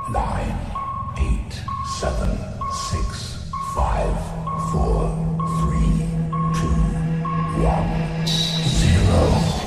nine, eight, seven, six, five, four, three, two, one, zero.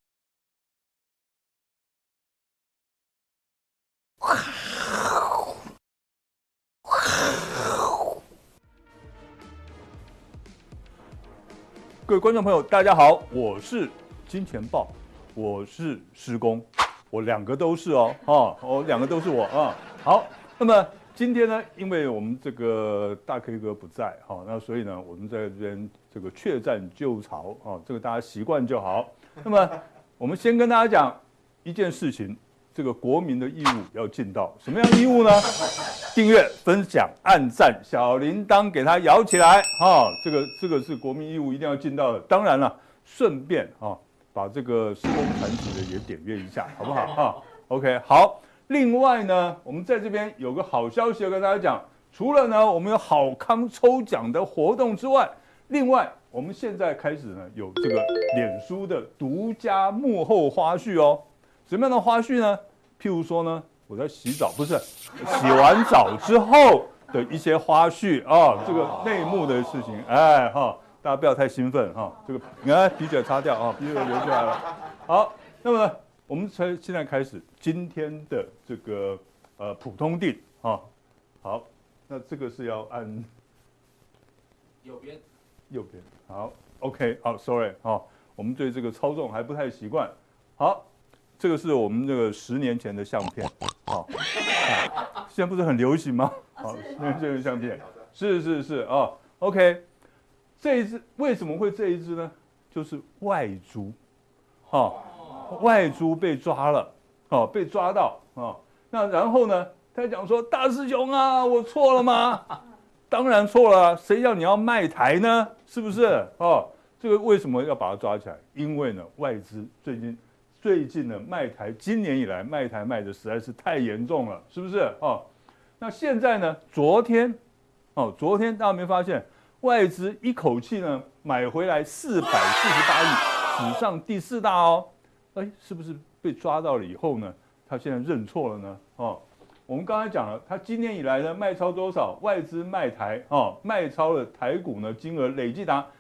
各位观众朋友，大家好，我是金钱豹，我是施工，我两个都是哦，我两个都是我啊。好，那么今天呢，因为我们这个大 K 哥不在哈，那所以呢，我们在这边这个确战旧巢啊，这个大家习惯就好。那么我们先跟大家讲一件事情，这个国民的义务要尽到，什么样的义务呢？订阅、分享、按赞、小铃铛给它摇起来哈！这个是国民义务一定要尽到的。当然了，顺便把这个施工传奇的也点阅一下，好不好哈 ？OK， 好。另外呢，我们在这边有个好消息要跟大家讲，除了呢我们有好康抽奖的活动之外，另外我们现在开始呢有这个脸书的独家幕后花絮哦。什么样的花絮呢？譬如说呢。我在洗澡，不是洗完澡之后的一些花絮啊，这个内幕的事情，哎哈，大家不要太兴奋哈。这个你看鼻血擦掉啊，鼻血流出来了。好，那么呢，我们现在开始今天的这个普通定啊。好，那这个是要按右边。好 ，OK， 好 ，Sorry 哈，我们对这个操纵还不太习惯。好。这个是我们这个10年前的相片，现在不是很流行吗？好，10年前的相片，是啊 ，OK， 这一支为什么会这一支呢？就是外租，外租被抓了，被抓到啊，那然后呢，他讲说大师兄啊，我错了吗？当然错了，谁叫你要卖台呢？是不是？这个为什么要把它抓起来？因为呢，外资最近呢，卖台今年以来卖台卖的实在是太严重了，是不是？那现在呢？昨天大家没发现，外资一口气呢买回来448亿，史上第4大哦。是不是被抓到了以后呢？他现在认错了呢？我们刚才讲了，他今年以来呢卖超多少？外资卖台卖超了台股呢，金额累计达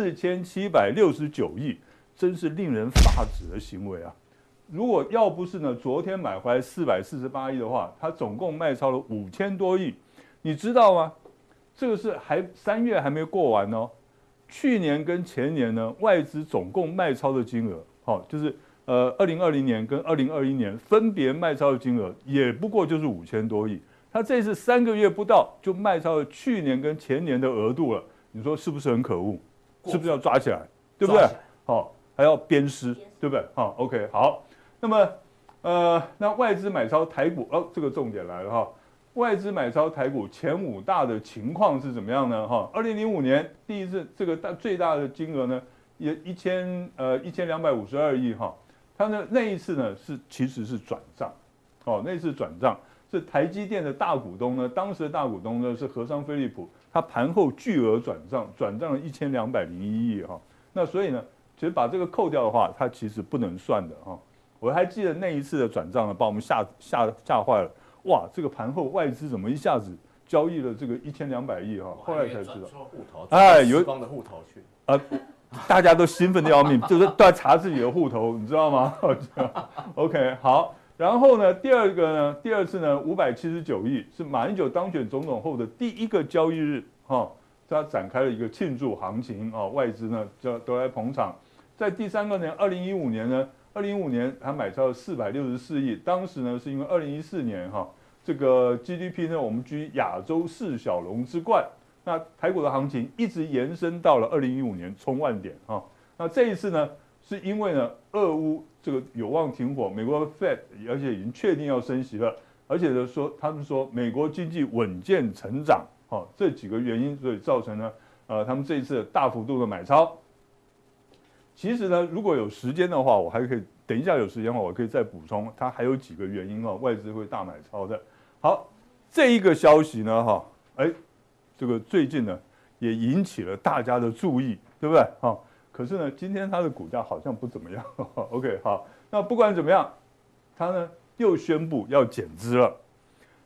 4769亿。真是令人发指的行为啊！如果要不是呢，昨天买回来448亿的话，他总共卖超了5000多亿，你知道吗？这个是3月还没过完哦。去年跟前年呢，外资总共卖超的金额，就是2020年跟2021年分别卖超的金额，也不过就是5000多亿。他这次3个月不到就卖超了去年跟前年的额度了，你说是不是很可恶？是不是要抓起来？对不对？还要鞭尸，对不对？OK， 好。那么，那外资买超台股，这个重点来了哈。外资买超台股前5大的情况是怎么样呢？2005年第一次这个最大的金额呢，也1252亿哈。它呢那一次呢其实是转账，那一次转账是台积电的大股东呢，当时的大股东呢是和商飞利浦，它盘后巨额转账了1201亿哈。那所以呢。其实把这个扣掉的话，它其实不能算的我还记得那一次的转账呢，把我们吓坏了。哇，这个盘后外资怎么一下子交易了这个1200亿后来才知道，有方的户头去大家都兴奋的要命，就是都在查自己的户头，你知道吗？OK， 好。然后呢，第二次呢，579亿是马英九当选总统后的第一个交易日他展开了一个庆祝行情外资呢都来捧场。在第3个年，2015年呢，2015年他买超了464亿，当时呢是因为2014年这个 GDP 呢我们居亚洲4小龙之冠，那台股的行情一直延伸到了2015年冲万点那这一次呢是因为呢俄乌这个有望停火，美国 Fed 而且已经确定要升息了，而且呢他们说美国经济稳健成长这几个原因，所以造成了他们这一次大幅度的买超。其实呢，如果有时间的话，我还可以等一下有时间的话，我可以再补充，它还有几个原因外资会大买超的。好，这一个消息呢这个最近呢也引起了大家的注意，对不对可是呢，今天它的股价好像不怎么样。OK， 好，那不管怎么样，它呢又宣布要减资了。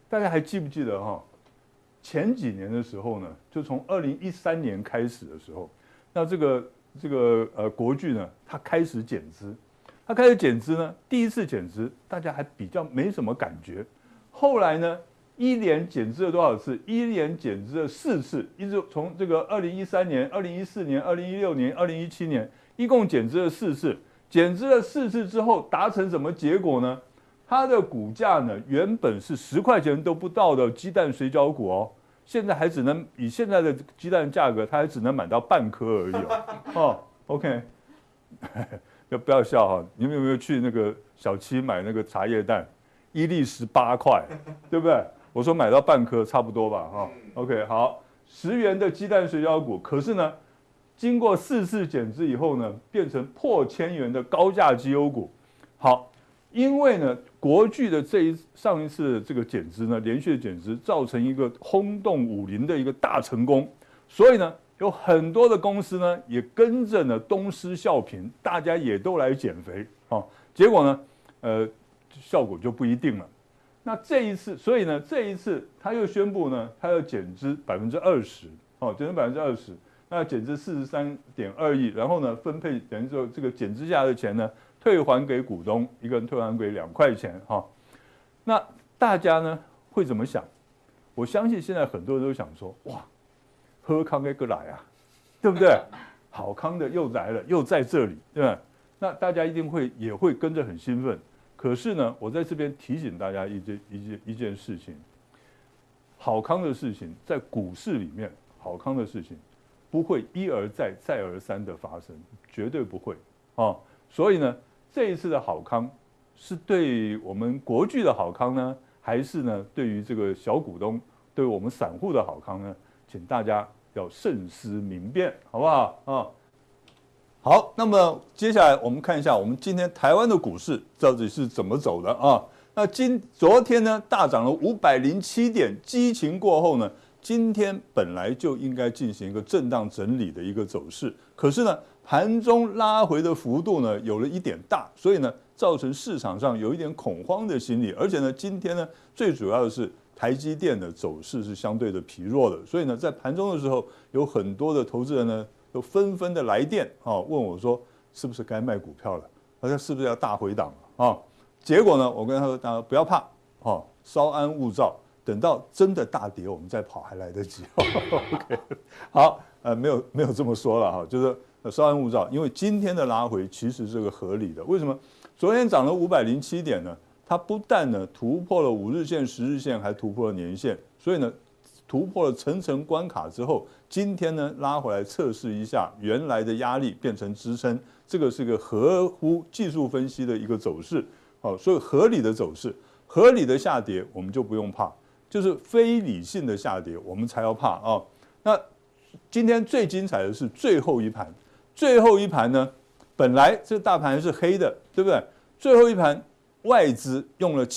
大家还记不记得哈？前几年的时候呢，就从2013年开始的时候，那这个国巨呢，它开始减资，呢，第一次减资大家还比较没什么感觉，后来呢，一连减资了多少次？一连减资了4次，一直从这个2013年、2014年、2016年、2017年，一共减资了4次。减资了4次之后，达成什么结果呢？它的股价呢，原本是10块钱都不到的鸡蛋水饺股哦，现在还只能以现在的鸡蛋价格，它还只能买到半颗而已哦。哦 ，OK， 不要笑哈，你们有没有去那个小七买那个茶叶蛋，一粒18块，对不对？我说买到半颗差不多吧，哈。OK， 好，10元的鸡蛋水饺股，可是呢，经过4次减资以后呢，变成破1000元的高价绩优股。好。因为呢，国巨的上一次这个减资呢，连续的减资造成一个轰动武林的一个大成功，所以呢，有很多的公司呢也跟着呢东施效颦，大家也都来减肥啊。结果呢，效果就不一定了。那这一次，所以呢，这一次他又宣布呢，他要减资20%，哦，减资20%，那减资43.2亿，然后呢，分配等于说这个减资下的钱呢。退还给股东，一个人退还给2块钱哈。那大家呢会怎么想？我相信现在很多人都想说，哇，喝康那个来啊，对不对？好康的又来了，又在这里，对吧？那大家一定也会跟着很兴奋。可是呢，我在这边提醒大家一件事情，好康的事情在股市里面，好康的事情不会一而再再而三的发生，绝对不会啊。所以呢。这一次的好康是对我们国巨的好康呢，还是呢对于这个小股东、对我们散户的好康呢？请大家要慎思明辨，好不好啊？好，那么接下来我们看一下我们今天台湾的股市到底是怎么走的啊？那昨天呢大涨了507点，激情过后呢，今天本来就应该进行一个震荡整理的一个走势，可是呢。盘中拉回的幅度呢有了一点大，所以呢造成市场上有一点恐慌的心理，而且呢今天呢最主要的是台积电的走势是相对的疲弱的，所以呢在盘中的时候有很多的投资人呢都纷纷的来电啊问我说是不是该卖股票了，好像是不是要大回档了啊？结果呢我跟他说大家不要怕啊，稍安勿躁，等到真的大跌我们再跑还来得及。OK， 好，没有这么说了哈，就是。稍安勿躁，因为今天的拉回其实是个合理的。为什么？昨天涨了507点呢？它不但呢突破了5日线、10日线，还突破了年线，所以呢突破了层关卡之后，今天呢拉回来测试一下原来的压力，变成支撑，这个是个合乎技术分析的一个走势。好，所以合理的走势，合理的下跌我们就不用怕，就是非理性的下跌我们才要怕啊。那今天最精彩的是最后一盘。最后一盘呢，本来这大盘是黑的，对不对？最后一盘，外资用了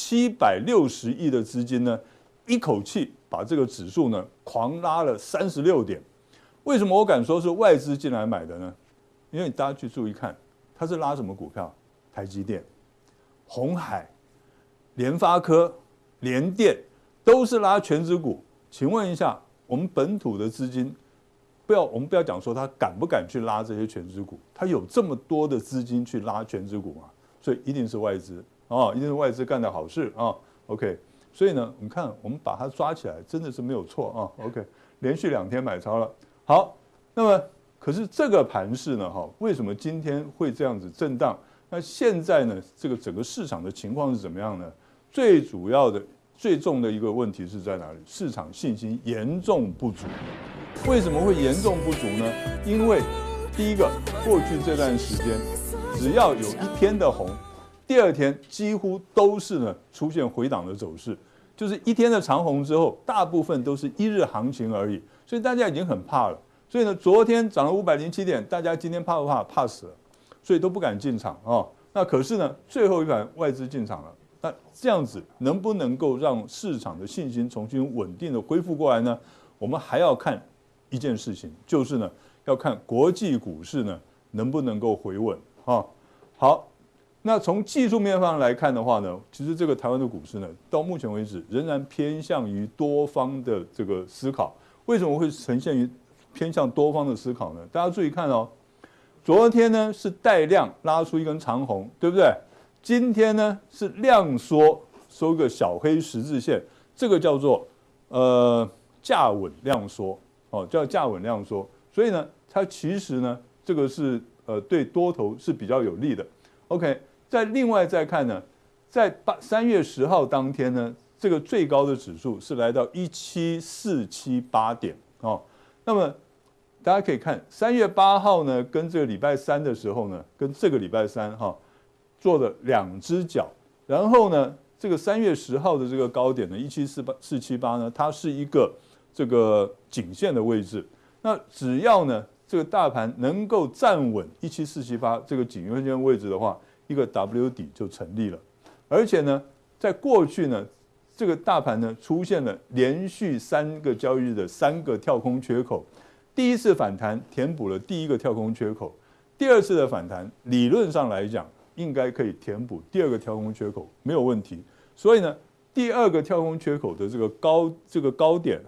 760亿的资金呢，一口气把这个指数呢狂拉了36点。为什么我敢说是外资进来买的呢？因为大家去注意看，它是拉什么股票？台积电、鸿海、联发科、联电都是拉全指股。请问一下，我们本土的资金？我们不要讲说他敢不敢去拉这些全指股，他有这么多的资金去拉全指股嘛？所以一定是外资啊，一定是外资干的好事啊。OK， 所以呢，我们看我们把它抓起来，真的是没有错啊。OK， 连续2天买超了。好，那么可是这个盘势呢，为什么今天会这样子震荡？那现在呢，这个整个市场的情况是怎么样呢？最主要的、最重的一个问题是在哪里？市场信心严重不足。为什么会严重不足呢？因为第一个，过去这段时间，只要有1天的红，第2天几乎都是呢出现回档的走势，就是1天的长红之后，大部分都是1日行情而已，所以大家已经很怕了。所以呢，昨天涨了507点，大家今天怕不怕？怕死了，所以都不敢进场啊。那可是呢，最后一盘外资进场了，那这样子能不能够让市场的信心重新稳定的恢复过来呢？我们还要看一件事情，就是呢，要看国际股市呢能不能够回稳啊。好，那那从技术面上来看的话呢，其实这个台湾的股市呢，到目前为止仍然偏向于多方的这个思考。为什么会呈现于偏向多方的思考呢？大家注意看哦，昨天呢是带量拉出一根长红，对不对？今天呢是量缩收个小黑十字线，这个叫做价稳量缩，叫价稳量缩。所以呢，它其实呢，这个是对多头是比较有利的。OK， 再另外再看呢，在3月10号当天呢，这个最高的指数是来到17478点哦。那么大家可以看3月8号呢，跟这个礼拜三的时候呢，跟这个礼拜三做了2只脚，然后呢，这个3月10号的这个高点呢，17478呢，它是一个这个颈线的位置。那只要呢，这个大盘能够站稳17478这个颈线位置的话，一个 W 底就成立了。而且呢，在过去呢，这个大盘呢出现了连续3个交易日的3个跳空缺口。第一次反弹填补了第一个跳空缺口，第二次的反弹理论上来讲应该可以填补第二个跳空缺口，没有问题。所以呢，第二个跳空缺口的这个高点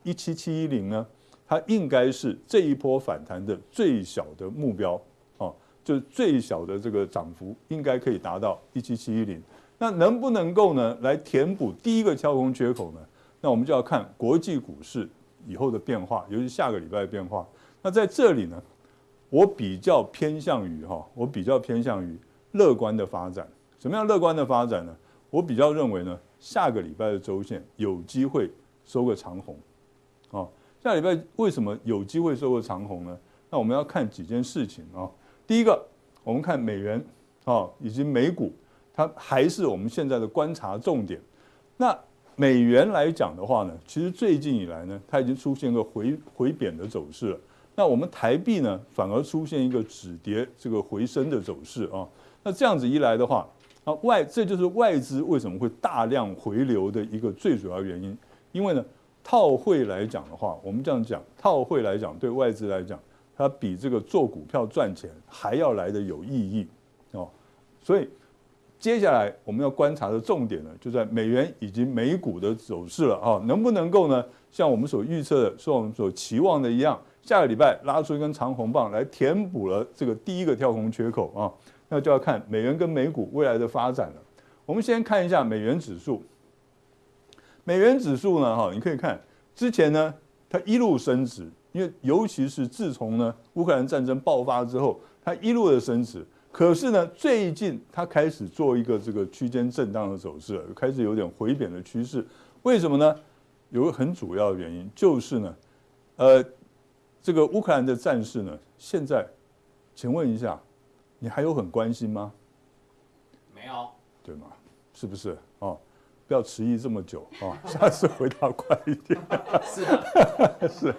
17710呢，它应该是这一波反弹的最小的目标，就是最小的这个涨幅应该可以达到17710。那能不能够呢来填补第一个跳空缺口呢？那我们就要看国际股市以后的变化，尤其下个礼拜的变化。那在这里呢，我比较偏向于乐观的发展。什么样乐观的发展呢？我比较认为呢，下个礼拜的周线有机会收个长红。下礼拜为什么有机会收个长红呢？那我们要看几件事情啊。第一个，我们看美元以及美股，它还是我们现在的观察重点。那美元来讲的话呢，其实最近以来呢，它已经出现一个回贬的走势了。那我们台币呢，反而出现一个止跌这个回升的走势啊。那这样子一来的话，这就是外资为什么会大量回流的一个最主要原因。因为呢，套汇来讲的话，我们这样讲，套汇来讲对外资来讲，它比这个做股票赚钱还要来得有意义哦。所以接下来我们要观察的重点呢，就在美元以及美股的走势了啊，能不能够呢，像我们所预测的，像我们所期望的一样，下个礼拜拉出一根长红棒来填补了这个第一个跳空缺口啊，那就要看美元跟美股未来的发展了。我们先看一下美元指数。美元指数呢，你可以看之前呢，它一路升值，因为尤其是自从呢乌克兰战争爆发之后，它一路的升值。可是呢，最近它开始做一个这个区间震荡的走势了，开始有点回贬的趋势。为什么呢？有个很主要的原因就是呢，这个乌克兰的战事呢，现在，请问一下，你还有很关心吗？ 没有， 对吗？是不是？不要迟疑这么久下次回答快一点。 是的， 是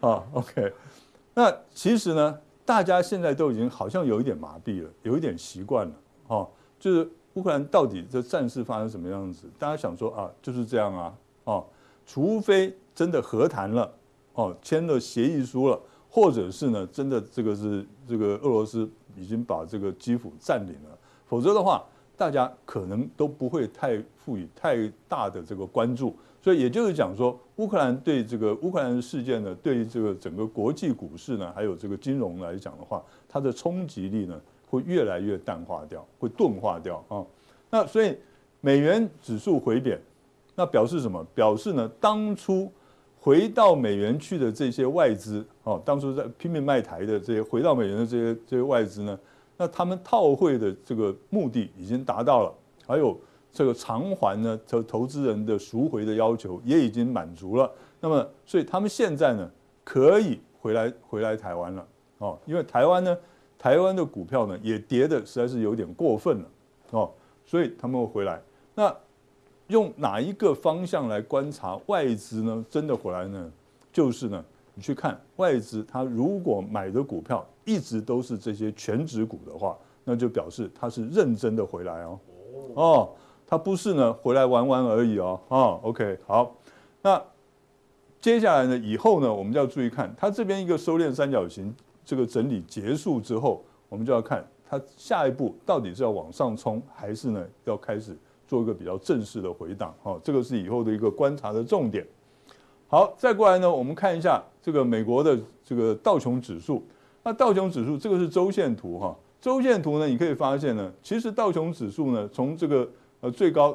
OK。那其实呢，大家现在都已经好像有一点麻痹了，有一点习惯了就是乌克兰到底这战事发生什么样子？大家想说就是这样除非真的和谈了签了协议书了，或者是呢真的这个俄罗斯已经把这个基辅占领了，否则的话，大家可能都不会赋予太大的这个关注。所以也就是讲说，乌克兰对这个乌克兰的事件呢，对于这个整个国际股市呢，还有这个金融来讲的话，它的冲击力呢会越来越淡化掉，会钝化掉那所以美元指数回贬，那表示什么？表示呢，当初回到美元去的这些外资当初在拼命卖台的这些回到美元的这些外资呢，那他们套汇的这个目的已经达到了，还有这个偿还呢，投资人的赎回的要求也已经满足了。那么，所以他们现在呢，可以回来台湾了因为台湾的股票呢也跌的实在是有点过分了所以他们会回来。那用哪一个方向来观察外资呢？真的回来呢？就是呢，你去看外资，它如果买的股票一直都是这些全指股的话，那就表示它是认真的回来它不是呢回来玩玩而已OK， 好，那接下来呢以后呢，我们就要注意看它这边一个收敛三角形这个整理结束之后，我们就要看它下一步到底是要往上冲，还是呢要开始做一个比较正式的回档？这个是以后的一个观察的重点。好，再过来呢，我们看一下这个美国的这个道琼指数。那道琼指数这个是周线图哈，周线图呢，你可以发现呢，其实道琼指数呢，从这个最高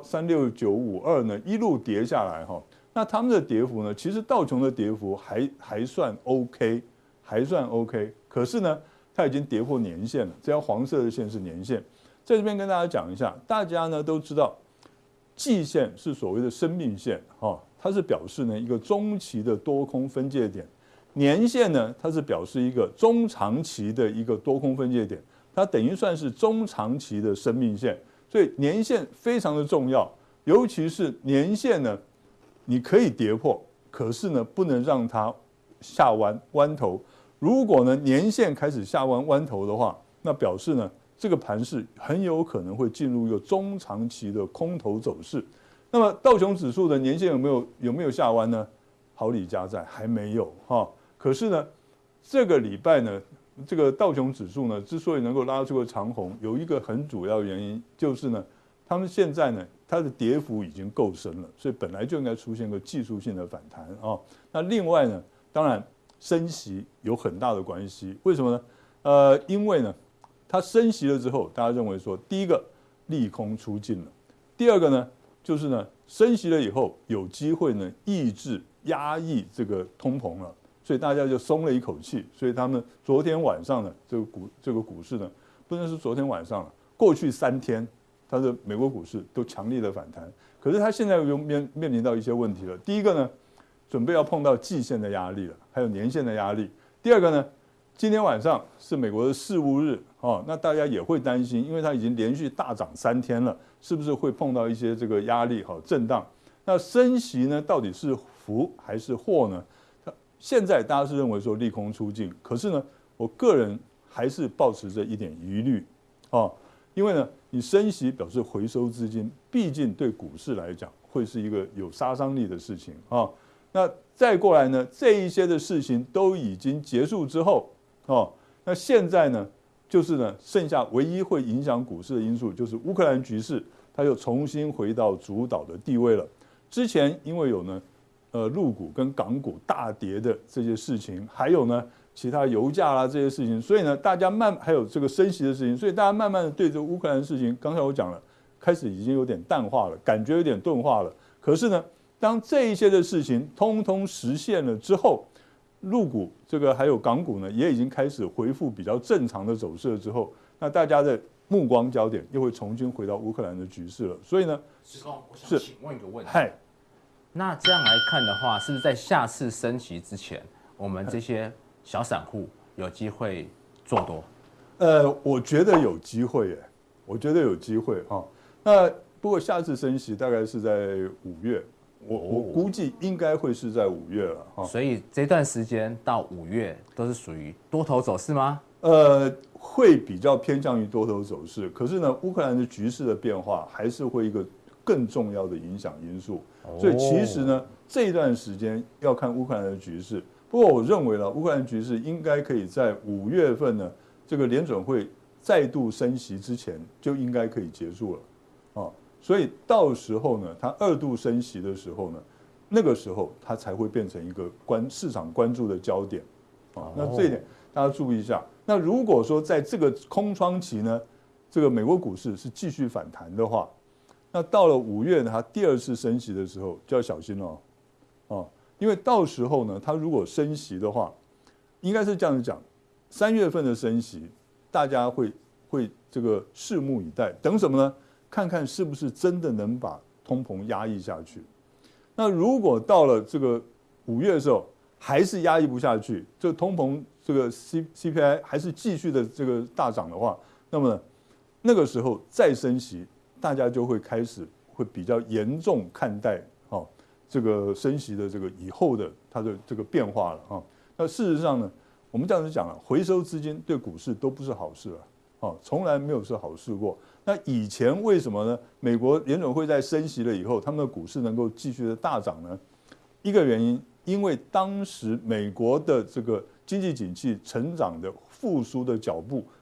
36952呢一路跌下来哈，那他们的跌幅呢，其实道琼的跌幅还算 OK， 还算 OK， 可是呢，它已经跌破年线了，这条黄色的线是年线，在这边跟大家讲一下，大家呢都知道，季线是所谓的生命线哈，它是表示呢一个中期的多空分界点。年线呢，它是表示一个中长期的一个多空分界点，它等于算是中长期的生命线，所以年线非常的重要，尤其是年线呢，你可以跌破，可是呢，不能让它下弯头。如果呢年线开始下弯头的话，那表示呢这个盘势很有可能会进入一个中长期的空头走势。那么道琼指数的年线有没有下弯呢？好礼家在还没有哈。可是呢，这个礼拜呢，这个道琼指数呢，之所以能够拉出个长红，有一个很主要的原因，就是呢，他们现在呢，它的跌幅已经够深了，所以本来就应该出现个技术性的反弹啊。那另外呢，当然升息有很大的关系，为什么呢？因为呢，它升息了之后，大家认为说，第一个利空出尽了，第二个呢，就是呢，升息了以后有机会呢压抑这个通膨了。所以大家就松了一口气，所以他们昨天晚上呢，这个股市呢，不能是昨天晚上了，过去3天，它的美国股市都强力的反弹。可是它现在又面临到一些问题了。第一个呢，准备要碰到季线的压力了，还有年线的压力。第二个呢，今天晚上是美国的事务日哦，那大家也会担心，因为它已经连续大涨3天了，是不是会碰到一些这个压力震荡？那升息呢，到底是福还是祸呢？现在大家是认为说利空出尽，可是呢，我个人还是抱持着一点疑虑，因为呢，你升息表示回收资金，毕竟对股市来讲会是一个有杀伤力的事情啊。那再过来呢，这一些的事情都已经结束之后，那现在呢，就是呢，剩下唯一会影响股市的因素就是乌克兰局势，它又重新回到主导的地位了。之前因为有呢。陆股跟港股大跌的这些事情，还有呢其他油价啦这些事情，所以呢大家还有这个升息的事情，所以大家慢慢的对这乌克兰的事情，刚才我讲了，开始已经有点淡化了，感觉有点钝化了。可是呢，当这一些的事情通通实现了之后，陆股这个还有港股呢，也已经开始恢复比较正常的走势了之后，那大家的目光焦点又会重新回到乌克兰的局势了。所以呢， 石工，我想请问一个问题。 那这样来看的话，是不是在下次升息之前，我们这些小散户有机会做多？ 我觉得有机会耶，我觉得有机会哈。那不过下次升息大概是在5月，我估计应该会是在5月了哈。 所以这段时间到5月都是属于多头走势吗？ 会比较偏向于多头走势，可是呢，乌克兰的局势的变化还是会一个更重要的影响因素。所以其实呢，这一段时间要看乌克兰的局势。不过我认为呢，乌克兰局势应该可以在5月份呢，这个联准会再度升息之前就应该可以结束了，所以到时候呢，它2度升息的时候呢，那个时候它才会变成一个市场关注的焦点，那这一点大家注意一下。那如果说在这个空窗期呢，这个美国股市是继续反弹的话，那到了5月呢，它第2次升息的时候就要小心了，因为到时候呢，它如果升息的话，应该是这样子讲，3月份的升息，大家会这个拭目以待，等什么呢？看看是不是真的能把通膨压抑下去。那如果到了这个5月的时候，还是压抑不下去，这通膨这个 CPI 还是继续的这个大涨的话，那么那个时候再升息。大家就会开始会比较严重看待这个升息的这个以后的它的这个变化了那事实上呢，我们这样子讲了，回收资金对股市都不是好事从来没有是好事过。那以前为什么呢？美国联准会在升息了以后，他们的股市能够继续的大涨呢？一个原因，因为当时美国的这个经济景气成长的复苏的脚步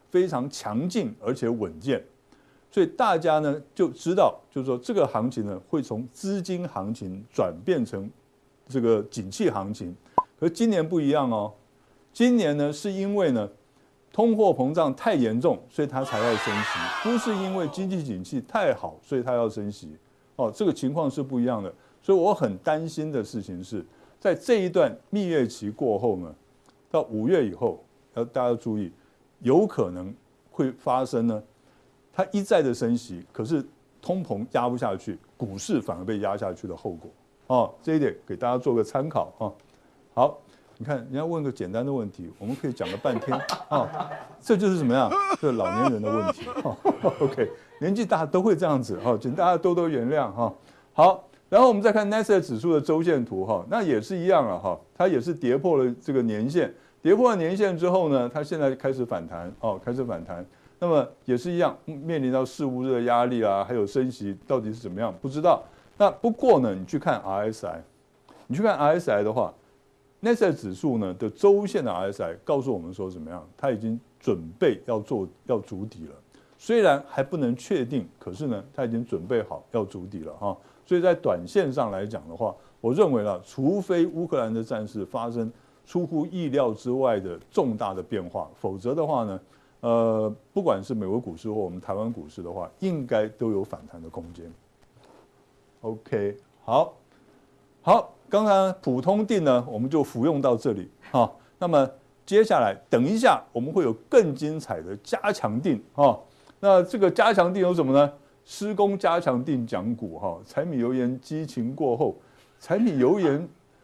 非常强劲而且稳健，所以大家呢就知道，就是说这个行情呢会从资金行情转变成这个景气行情。可是今年不一样哦，今年呢是因为呢通货膨胀太严重，所以它才要升息，不是因为经济景气太好，所以它要升息。哦，这个情况是不一样的。所以我很担心的事情是，在这一段蜜月期过后呢，到5月以后，大家要注意，有可能会发生呢，它一再的升息，可是通膨压不下去，股市反而被压下去的后果。哦，这一点给大家做个参考啊。好，你看人家问个简单的问题，我们可以讲个半天啊，这就是怎么样？这老年人的问题。OK， 年纪大都会这样子哈，请大家多多原谅哈。好。然后我们再看 NASDAQ 指数的周线图哈，那也是一样了哈，它也是跌破了这个年线，跌破了年线之后呢，它现在开始反弹哦，开始反弹。那么也是一样，面临到事务日的压力啊，还有升息到底是怎么样，不知道。那不过呢，你去看 RSI 的话 ，NASDAQ 指数呢的周线的 RSI 告诉我们说怎么样，它已经准备要筑底了。虽然还不能确定，可是呢，它已经准备好要筑底了哈。所以在短线上来讲的话，我认为呢，除非乌克兰的战事发生出乎意料之外的重大的变化，否则的话呢，不管是美国股市或我们台湾股市的话，应该都有反弹的空间。OK， 好，刚才普通定呢，我们就服用到这里哈。那么接下来等一下我们会有更精彩的加强定哈。那这个加强定有什么呢？施工加强定讲股哈，柴米油盐激情过后，柴米油盐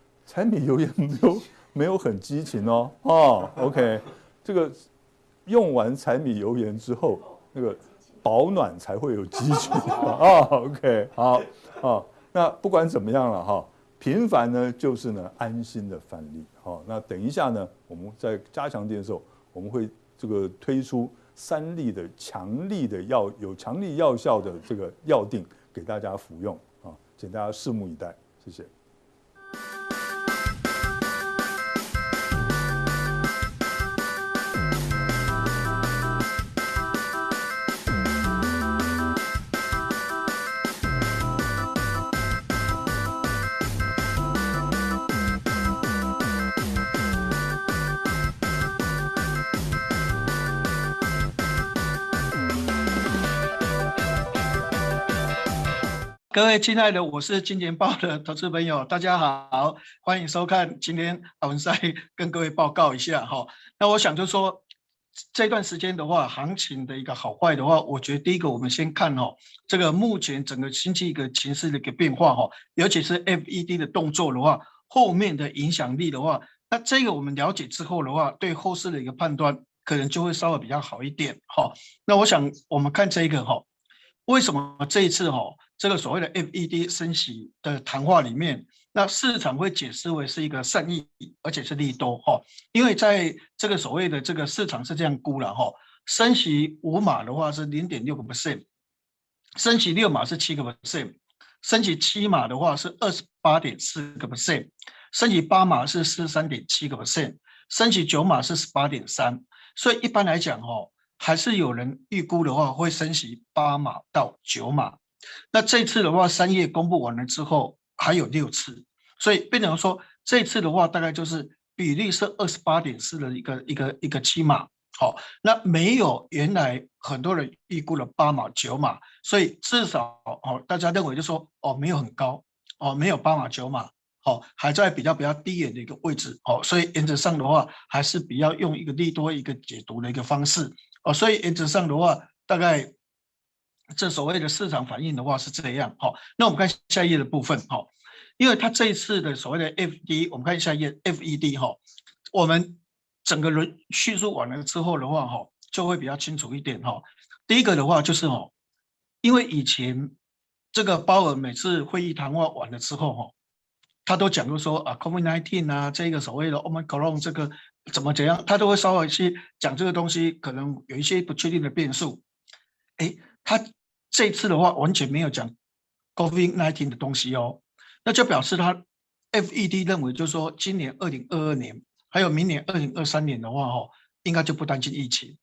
没有很激情哦。OK， 这个用完柴米油盐之后，那个保暖才会有激情啊。OK， 好，那不管怎么样了哈，平凡呢就是呢安心的范例。好，那等一下呢，我们在加强定的时候，我们会这个推出3例的强力药效的这个药定给大家服用啊，请大家拭目以待，谢谢。 各位亲爱的，我是金钱豹的投资朋友，大家好，欢迎收看。今天阿文赛跟各位报告一下哈。那我想就说这段时间的话，行情的一个好坏的话，我觉得第一个我们先看这个目前整个经济一个情势的一个变化尤其是 FED 的动作的话，后面的影响力的话，那这个我们了解之后的话，对后市的一个判断可能就会稍微比较好一点那我想我们看这个为什么这一次这个所谓的 FED 升息的谈话里面，那市场会解释为是一个善意，而且是利多因为在这个所谓的这个市场是这样估了升息5码的话是 0.6%， 升息6码是 7%， 升息7码的话是 28.4%， 升息8码是 43.7%， 升息9码是 18.3%， 所以一般来讲还是有人预估的话会升息8码到9码。那这次的话3月公布完了之后还有6次，所以变成说这次的话大概就是比例是 28.4 的一个7码那没有原来很多人预估了8码9码，所以至少大家认为就说没有很高没有8码9码还在比较低远的一个位置所以原则上的话还是比较用一个利多一个解读的一个方式所以原则上的话大概这所谓的市场反应的话是这样那我们看下一页的部分因为它这一次的所谓的 FED， 我们看下一页 FED 我们整个人叙述完了之后的话就会比较清楚一点第一个的话就是因为以前这个鲍尔每次会议谈话完了之后他都讲说COVID-19 啊，这个所谓的 Omicron 这个怎样，他都会稍微去讲这个东西，可能有一些不确定的变数。他这次的话完全没有讲 COVID-19 的东西那就表示他 FED 认为就是说今年2022年还有明年2023年的话应该就不担心疫情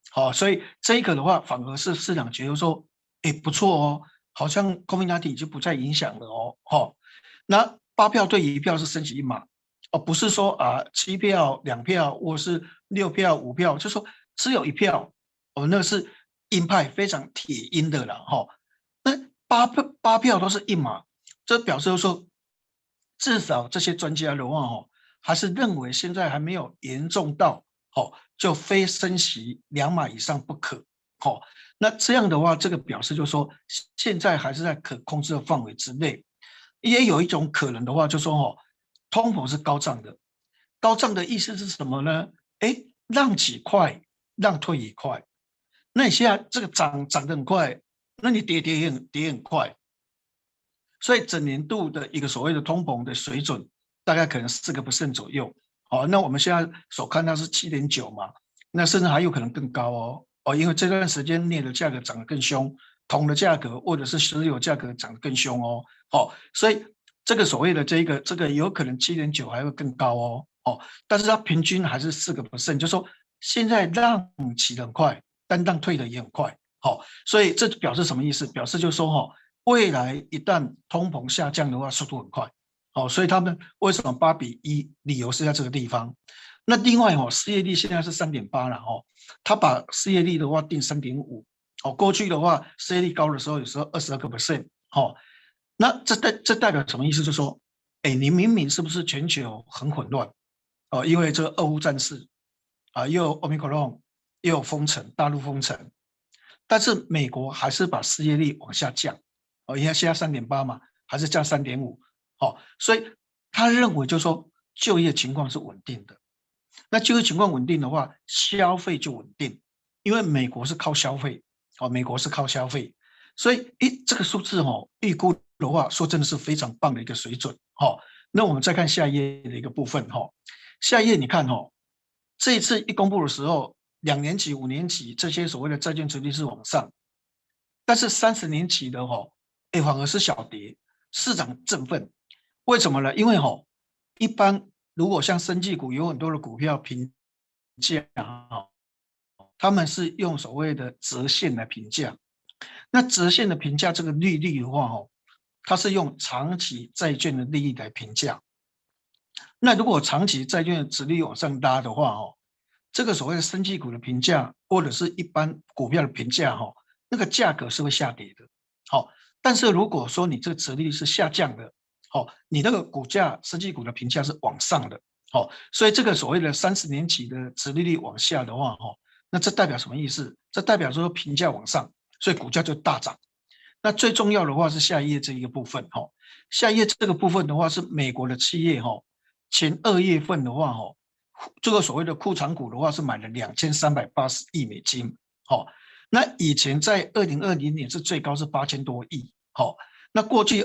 好，所以这个的话，反而是市场觉得说，哎，不错哦，好像 COVID-19 已经不再影响了哦，好，那8票对1票是升息1码，哦，不是说7票2票，或是6票5票，就说只有1票，哦，那是鹰派非常铁鹰的了哈。那八票都是1码，这表示说，至少这些专家的话哦，还是认为现在还没有严重到就非升息2码以上不可。那这样的话，这个表示就是说，现在还是在可控制的范围之内。也有一种可能的话，就说通膨是高涨的，高涨的意思是什么呢？让起快，让退也快。那你现在这个涨得很快，那你跌很快，所以整年度的一个所谓的通膨的水准，大概可能4% 左右。好，那我们现在所看到是7.9嘛，那甚至还有可能更高哦，因为这段时间镍的价格涨得更凶，铜的价格或者是石油价格涨得更凶哦，所以这个所谓的这个有可能7.9还会更高哦，但是它平均还是4%，就是说现在让起得很快，但让退的也很快，所以这表示什么意思？表示就是说未来一旦通膨下降的话，速度很快，所以他们为什么8:1？理由是在这个地方。那另外失业率现在是3.8了他把失业率的话定3.5，过去的话失业率高的时候有时候22%，那这代表什么意思？就是说，你明明是不是全球很混乱因为这个俄乌战事又有 Omicron， 又有封城，大陆封城，但是美国还是把失业率往下降，因为现在3.8嘛，还是降3.5，所以他认为就是说就业情况是稳定的。那就业情况稳定的话，消费就稳定，因为美国是靠消费，美国是靠消费，所以这个数字预估的话，说真的是非常棒的一个水准。那我们再看下一页的一个部分下一页你看这一次一公布的时候，2年期、5年期这些所谓的债券殖利率是往上，但是30年期的反而是小跌，市场振奋，为什么呢？因为一般如果像生技股有很多的股票评价他们是用所谓的折现来评价，那折现的评价这个利率的话它是用长期债券的利率来评价。那如果长期债券的殖利率往上拉的话这个所谓的生技股的评价或者是一般股票的评价那个价格是会下跌的。但是如果说你这个殖利率是下降的你那个股价生技股的评价是往上的所以这个所谓的30年期的殖利率往下的话那这代表什么意思？这代表说评价往上，所以股价就大涨。那最重要的话是下一页这一个部分下一页这个部分的话是美国的企业前2月份的话这个所谓的库藏股的话是买了2380亿美金那以前在2020年是最高是8000多亿那过去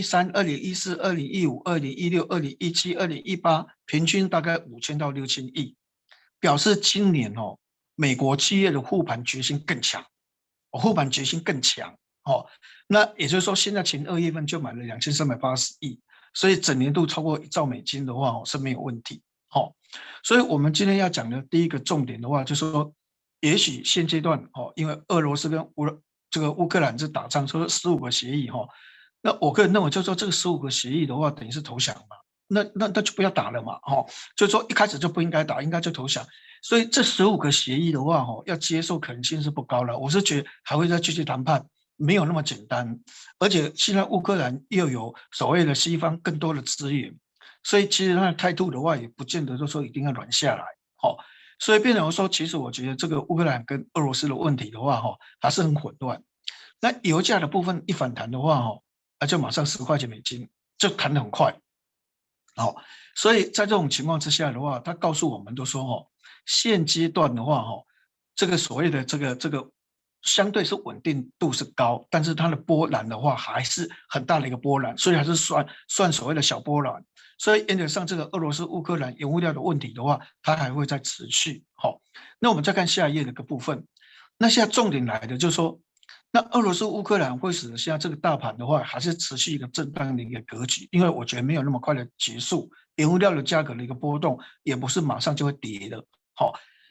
2013、2014、2015、2016、2017、2018平均大概5000到6000亿，表示今年美国企业的护盘决心更强，护盘决心更强那也就是说现在前2月份就买了2380亿，所以整年度超过1兆美金的话是没有问题所以我们今天要讲的第一个重点的话就是说，也许现阶段因为俄罗斯跟乌克兰是打仗，说15个协议那我个人认为就是说这个15个协议的话等于是投降嘛，那就不要打了嘛就是说一开始就不应该打，应该就投降。所以这15个协议的话要接受可能性是不高了，我是觉得还会再继续谈判，没有那么简单。而且现在乌克兰又有所谓的西方更多的资源，所以其实他的态度的话也不见得就说一定要软下来所以变成说其实我觉得这个乌克兰跟俄罗斯的问题的话还是很混乱。那油价的部分一反弹的话就马上10块钱美金就弹得很快所以在这种情况之下的话，他告诉我们都说现阶段的话这个所谓的这个相对是稳定度是高，但是它的波澜的话还是很大的一个波澜，所以还是算所谓的小波澜。所以原则上这个俄罗斯乌克兰原物料的问题的话，它还会再持续那我们再看下一页的一个部分，那现在重点来的就是说，那俄罗斯乌克兰会使得现在这个大盘的话还是持续一个震荡的一个格局，因为我觉得没有那么快的结束，原物料的价格的一个波动也不是马上就会跌的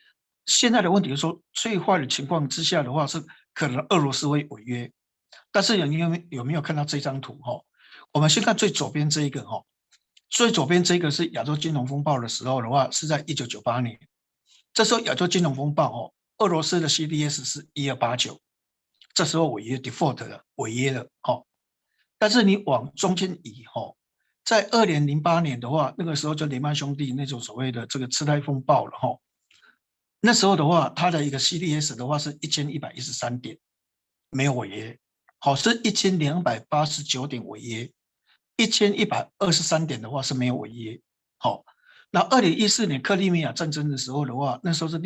现在的问题是说，最坏的情况之下的话，是可能俄罗斯会违约。但是你有没有看到这张图？我们先看最左边这一个最左边这个是亚洲金融风暴的时候的话，是在1998年。这时候亚洲金融风暴俄罗斯的 CDS 是1289，这时候违约 default 了，违约了但是你往中间移在2008年的话，那个时候就雷曼兄弟那种所谓的这个次贷风暴了那时候的话，它的一个 CDS 的话是1113点，没有违约，是1289点违约，1123点的话是没有违约，那2014年克里米亚战争的时候的话，那时候是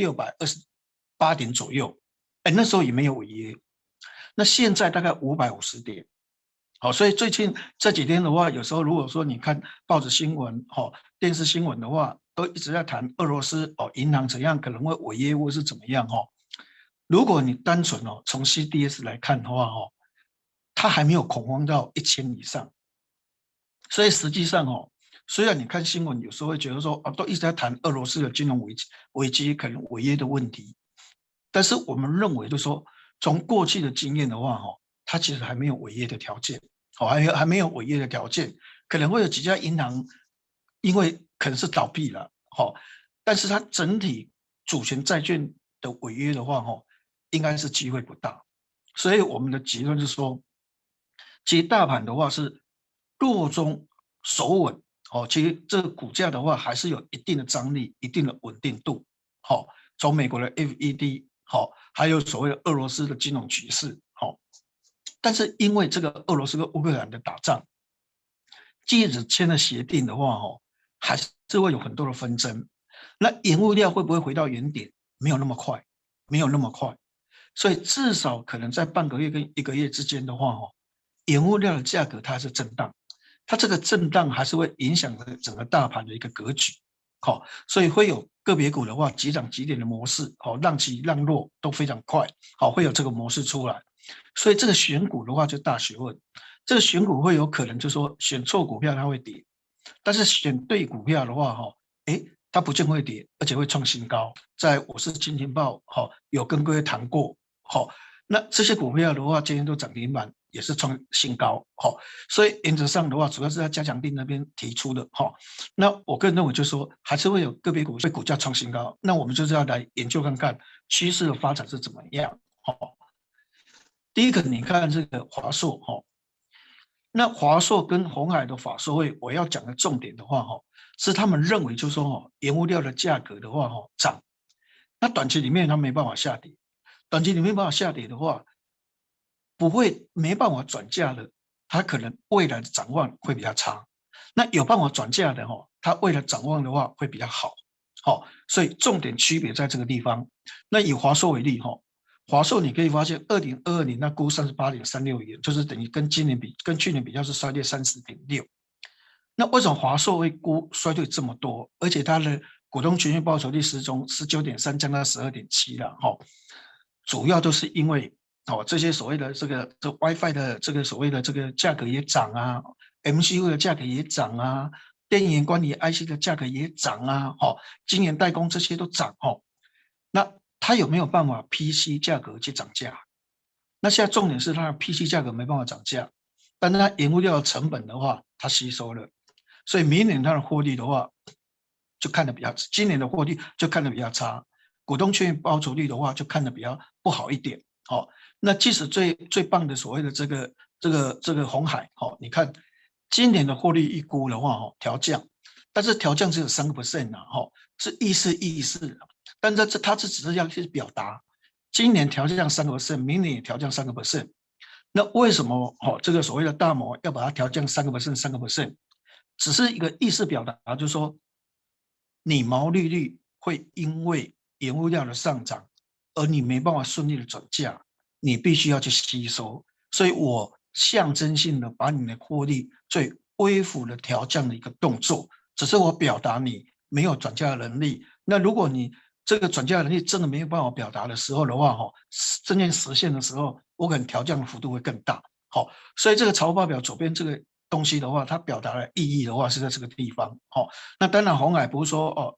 628点左右，那时候也没有违约。那现在大概550点，所以最近这几天的话，有时候如果说你看报纸新闻、电视新闻的话，都一直在谈俄罗斯银行怎样可能会违约或是怎么样如果你单纯从 CDS 来看的话它还没有恐慌到1000以上，所以实际上虽然你看新闻有时候会觉得说都一直在谈俄罗斯的金融危机可能违约的问题，但是我们认为就是说从过去的经验的话它其实还没有违约的条件，还没有违约的条件，可能会有几家银行因为可能是倒闭了但是它整体主权债券的违约的话应该是机会不大，所以我们的结论是说，其实大盘的话是弱中守稳其实这个股价的话还是有一定的张力，一定的稳定度从美国的 FED还有所谓的俄罗斯的金融局势但是因为这个俄罗斯跟乌克兰的打仗，即使签了协定的话还是会有很多的纷争，那原物料会不会回到原点？没有那么快，没有那么快，所以至少可能在半个月跟1个月之间的话原物料的价格它是震荡，它这个震荡还是会影响整个大盘的一个格局所以会有个别股的话急涨急跌的模式让起让落都非常快会有这个模式出来，所以这个选股的话就大学问，这个选股会有可能就是说选错股票它会跌，但是选对股票的话它不仅会跌，而且会创新高。在我是金钱豹有跟各位谈过那这些股票的话今天都涨停板，也是创新高所以原则上的话主要是在加强定那边提出的那我个人认为就是说还是会有个别股会股价创新高，那我们就是要来研究看看趋势的发展是怎么样第一个你看这个华硕那华硕跟鸿海的法说会，我要讲的重点的话是他们认为就是说原物料的价格的话涨，那短期里面它没办法下跌，短期里面没办法下跌的话没办法转嫁的，它可能未来的展望会比较差，那有办法转嫁的它未来展望的话会比较好所以重点区别在这个地方。那以华硕为例华硕你可以发现2022年那估38.36元，就是等于跟去年比较是衰退30.6。那为什么华硕会估衰退这么多？而且它的股东权益报酬率从 19.3 降到 12.7 了主要都是因为这些所谓的这 WiFi 的这个所谓的这个价格也涨啊 ，MCU 的价格也涨啊，电源管理 IC 的价格也涨啊，晶圆代工这些都涨那它有没有办法 PC 价格去涨价？那现在重点是它的 PC 价格没办法涨价，但是它原物料的成本的话，它吸收了，所以明年它的获利的话，就看得比较，今年的获利就看得比较差，股东权益报酬率的话就看得比较不好一点。那即使最棒的所谓的这个鸿海你看今年的获利预估的话调降，但是调降只有3% 是意思。但它只是要去表达，今年调降3%，明年也调降3%。那为什么这个所谓的大摩要把它调降3%？只是一个意思表达，就是说你毛利率会因为原物料的上涨，而你没办法顺利的转嫁，你必须要去吸收。所以我象征性的把你的获利最微幅的调降的一个动作，只是我表达你没有转嫁的能力。那如果你这个转嫁能力真的没有办法表达的时候的话真正实现的时候，我可能调降的幅度会更大所以这个财报表左边这个东西的话，它表达的意义的话是在这个地方那当然鸿海不是说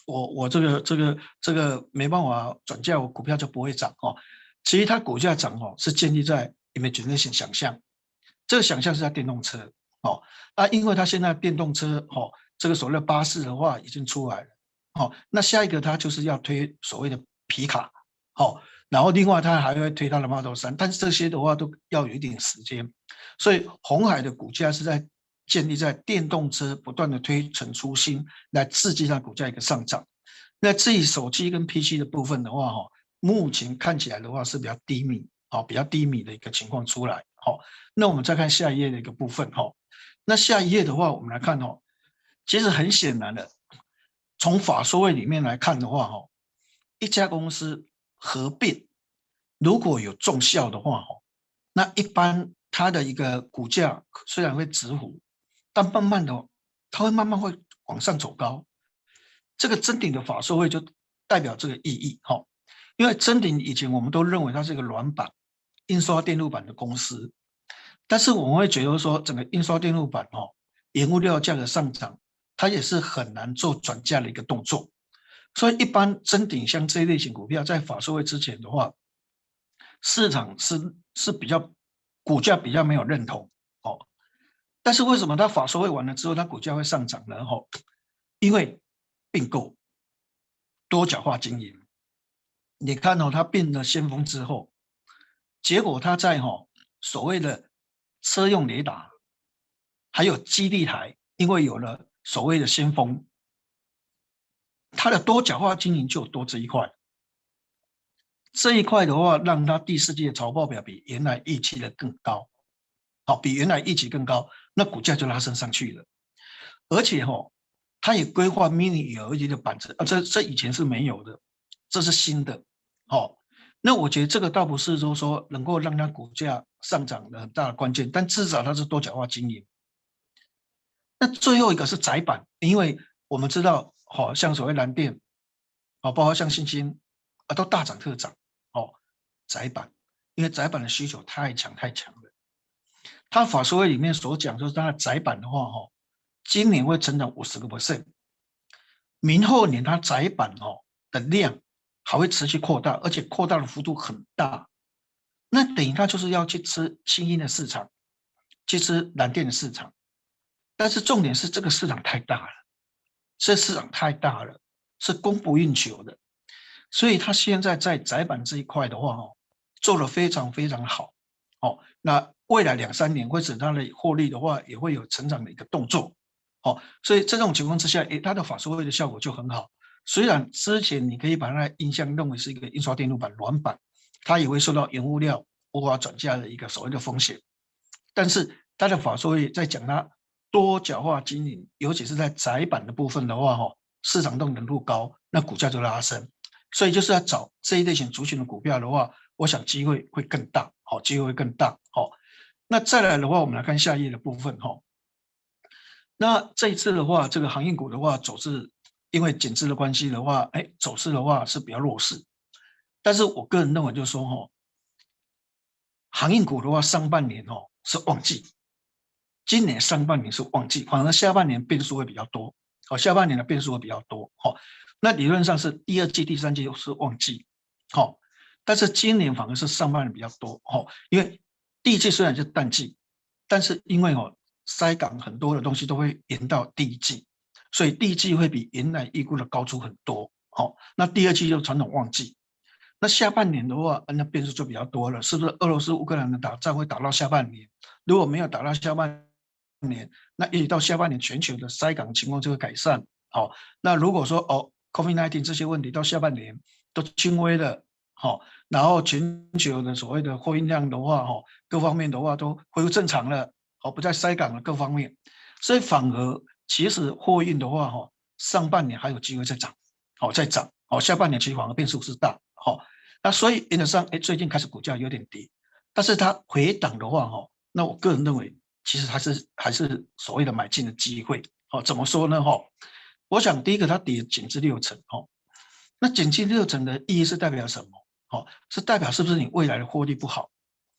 我这个没办法转嫁，我股票就不会涨哦。其实它股价涨哦，是建立在 imagination 想象，这个想象是在电动车哦。因为它现在电动车哦，这个所谓的巴士的话已经出来了哦，那下一个它就是要推所谓的皮卡哦，然后另外它还会推它的 Model 3，但是这些的话都要有一点时间，所以鸿海的股价是在建立在电动车不断的推陈出新，来刺激它股价一个上涨。那至于手机跟 PC 的部分的话，目前看起来的话是比较低迷，比较低迷的一个情况出来。那我们再看下一页的一个部分。那下一页的话，我们来看其实很显然的，从法说会里面来看的话，一家公司合并如果有重效的话，那一般它的一个股价虽然会止虎，但慢慢的它会慢慢会往上走高。这个臻鼎的法说会就代表这个意义。因为臻鼎以前我们都认为它是一个软板印刷电路板的公司，但是我们会觉得说整个印刷电路板原物料价格上涨，它也是很难做转嫁的一个动作。所以一般臻鼎像这一类型股票在法说会之前的话，市场是比较股价比较没有认同。但是为什么它法说会完了之后它股价会上涨呢？因为并购多角化经营。你看它并了先锋之后，结果它在所谓的车用雷达还有基地台，因为有了所谓的先锋，它的多角化经营就多这一块。这一块的话，让它第四季的财报表比原来预期的更高，比原来预期更高，那股价就拉升上去了。而且它也规划 mini LED 的板子，这以前是没有的，这是新的。那我觉得这个倒不是说能够让它股价上涨的很大的关键，但至少它是多角化经营。那最后一个是载板，因为我们知道像所谓蓝电包括像新兴都大涨特涨载板，因为载板的需求太强了。它法说会里面所讲就是它的载板的话今年会成长50%，明后年它载板的量还会持续扩大，而且扩大的幅度很大。那等于它就是要去吃新兴的市场，去吃蓝电的市场。但是重点是这个市场太大了，这市场太大了，是供不应求的。所以它现在在载板这一块的话做得非常非常好。那未来2-3年会使它的获利的话也会有成长的一个动作。所以这种情况之下它的法说会的效果就很好。虽然之前你可以把它的印象认为是一个印刷电路板软板，它也会受到原物料无法转嫁的一个所谓的风险，但是它的法说会在讲它多角化经营，尤其是在载板的部分的话市场动能度高，那股价就拉升。所以就是要找这一类型族群的股票的话，我想机会会更大，机会会更大。那再来的话，我们来看下一页的部分。那这一次的话，这个航运股的话走势，因为减资的关系的话，走势的话是比较弱势。但是我个人认为就是说航运股的话上半年是旺季，今年上半年是旺季，反而下半年变数会比较多。下半年的变数会比较多。那理论上是第二季、第三季是旺季。但是今年反而是上半年比较多。因为第一季虽然是淡季，但是因为塞港很多的东西都会延到第一季，所以第一季会比原来预估的高出很多。那第二季就传统旺季。那下半年的话，那变数就比较多了，是不是俄罗斯乌克兰的打仗会打到下半年？如果没有打到下半年，那一直到下半年全球的塞港情况就会改善。那如果说COVID-19 这些问题到下半年都轻微了，然后全球的所谓的货运量的话各方面的话都恢复正常了，不再塞港了各方面，所以反而其实货运的话上半年还有机会再涨，下半年其实反而变数是大。那所以原则上最近开始股价有点跌，但是它回档的话那我个人认为其实还是所谓的买进的机会。怎么说呢？我想第一个它跌减至60%。那减至60%的意义是代表什么？是代表是不是你未来的获利不好？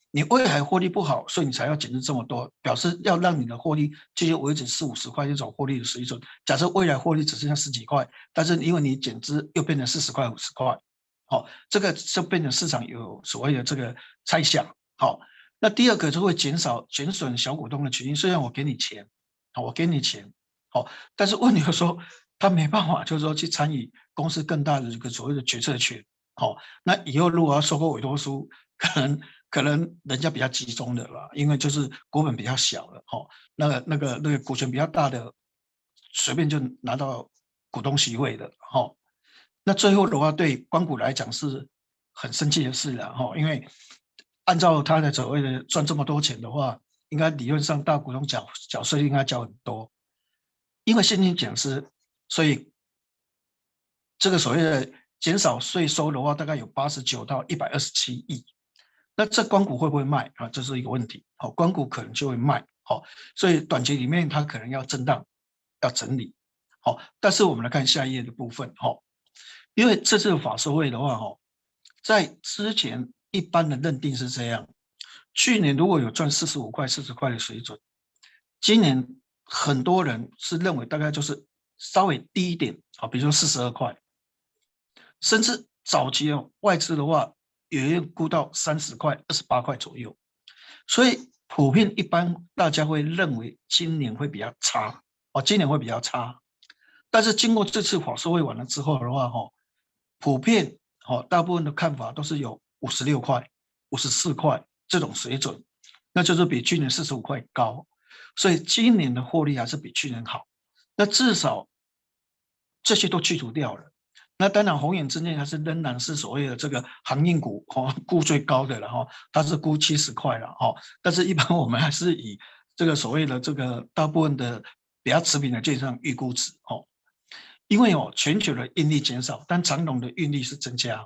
你未来获利不好，所以你才要减资这么多，表示要让你的获利继续维持40-50块这种获利的水准。假设未来获利只剩下10几块，但是因为你减资又变成40块、50块，好，这个就变成市场有所谓的这个猜想。好，那第二个就会减损小股东的权益。虽然我给你钱，我给你钱，好，但是问题就是说他没办法，就是说去参与公司更大的这个所谓的决策权。好，那以后如果要收购委托书，可能人家比较集中的啦，因为就是股本比较小的，那个股权比较大的，随便就拿到股东席位的，那最后的话对光谷来讲是很生气的事了，因为按照他的所谓的赚这么多钱的话，应该理论上大股东缴税应该缴很多，因为现金减资，所以这个所谓的减少税收的话，大概有89到127亿。那这光谷会不会卖啊？这是一个问题。好，光谷可能就会卖。好，所以短期里面它可能要震荡，要整理。好，但是我们来看下一页的部分。好，因为这次法说会的话，在之前一般的认定是这样：去年如果有赚45块、40块的水准，今年很多人是认为大概就是稍微低一点啊，比如说42块，甚至早期外资的话。也估到30块、28块左右，所以普遍一般大家会认为今年会比较差，今年会比较差。但是经过这次法说会完了之后的话，普遍大部分的看法都是有56块、54块这种水准，那就是比去年45块高，所以今年的获利还是比去年好。那至少这些都去除掉了。那当然，宏远之内它是仍然是所谓的这个航运股估最高的了它是估70块了但是一般我们还是以这个所谓的这个大部分的比较持平的券商预估值因为全球的运力减少，但长荣的运力是增加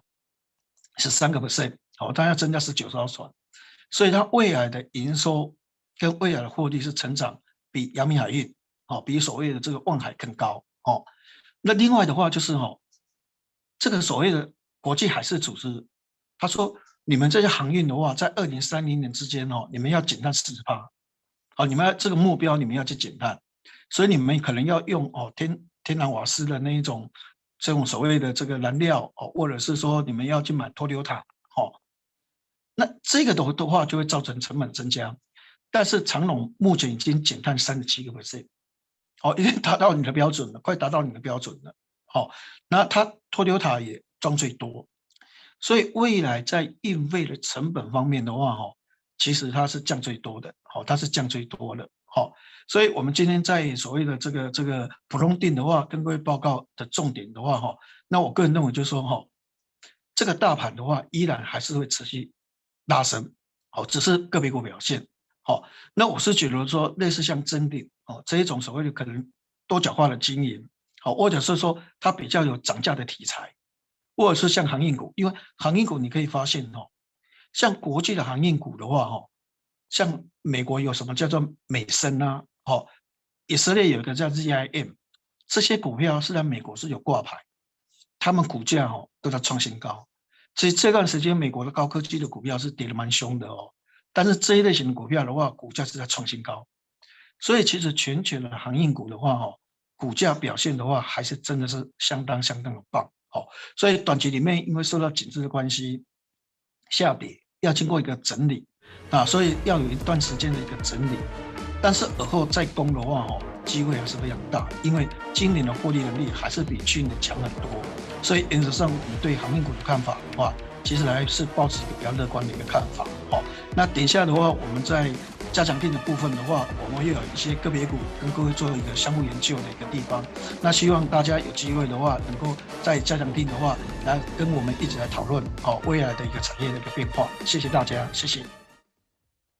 13%它要增加19艘船，所以它未来的营收跟未来的获利是成长比阳明海运比所谓的这个万海更高那另外的话就是这个所谓的国际海事组织，他说你们这些航运的话，在2030年之间你们要减碳40%，你们这个目标你们要去减碳，所以你们可能要用天然瓦斯的那一种这种所谓的这个燃料或者是说你们要去买脱硫塔那这个的话就会造成成本增加，但是长荣目前已经减碳37%，已经达到你的标准了，快达到你的标准了。那它脱硫塔也装最多，所以未来在运费的成本方面的话，其实它是降最多的，它是降最多的，所以我们今天在所谓的这个普通定的话，跟各位报告的重点的话，那我个人认为就是说，这个大盘的话依然还是会持续拉升，只是个别股表现，那我是觉得说类似像真鼎这一种所谓的可能多角化的经营。或者是说它比较有涨价的题材，或者是像航运股，因为航运股你可以发现像国际的航运股的话像美国有什么叫做美森啊，以色列有一个叫 ZIM， 这些股票是在美国是有挂牌，他们股价都在创新高。其实这段时间美国的高科技的股票是跌得蛮凶的但是这一类型的股票的话，股价是在创新高，所以其实全球的航运股的话股价表现的话，还是真的是相当的棒，所以短期里面因为受到紧致的关系，下跌要经过一个整理所以要有一段时间的一个整理，但是而后再攻的话机会还是非常大，因为今年的获利能力还是比去年强很多，所以原则上我们对航运股的看法的话，其实还是抱持一个比较乐观的一个看法那等一下的话，我们在加强定的部分的话，我们会有一些个别股跟各位做一个相互研究的一个地方。那希望大家有机会的话，能够在加强定的话，来跟我们一起来讨论未来的一个产业的一个变化。谢谢大家，谢谢。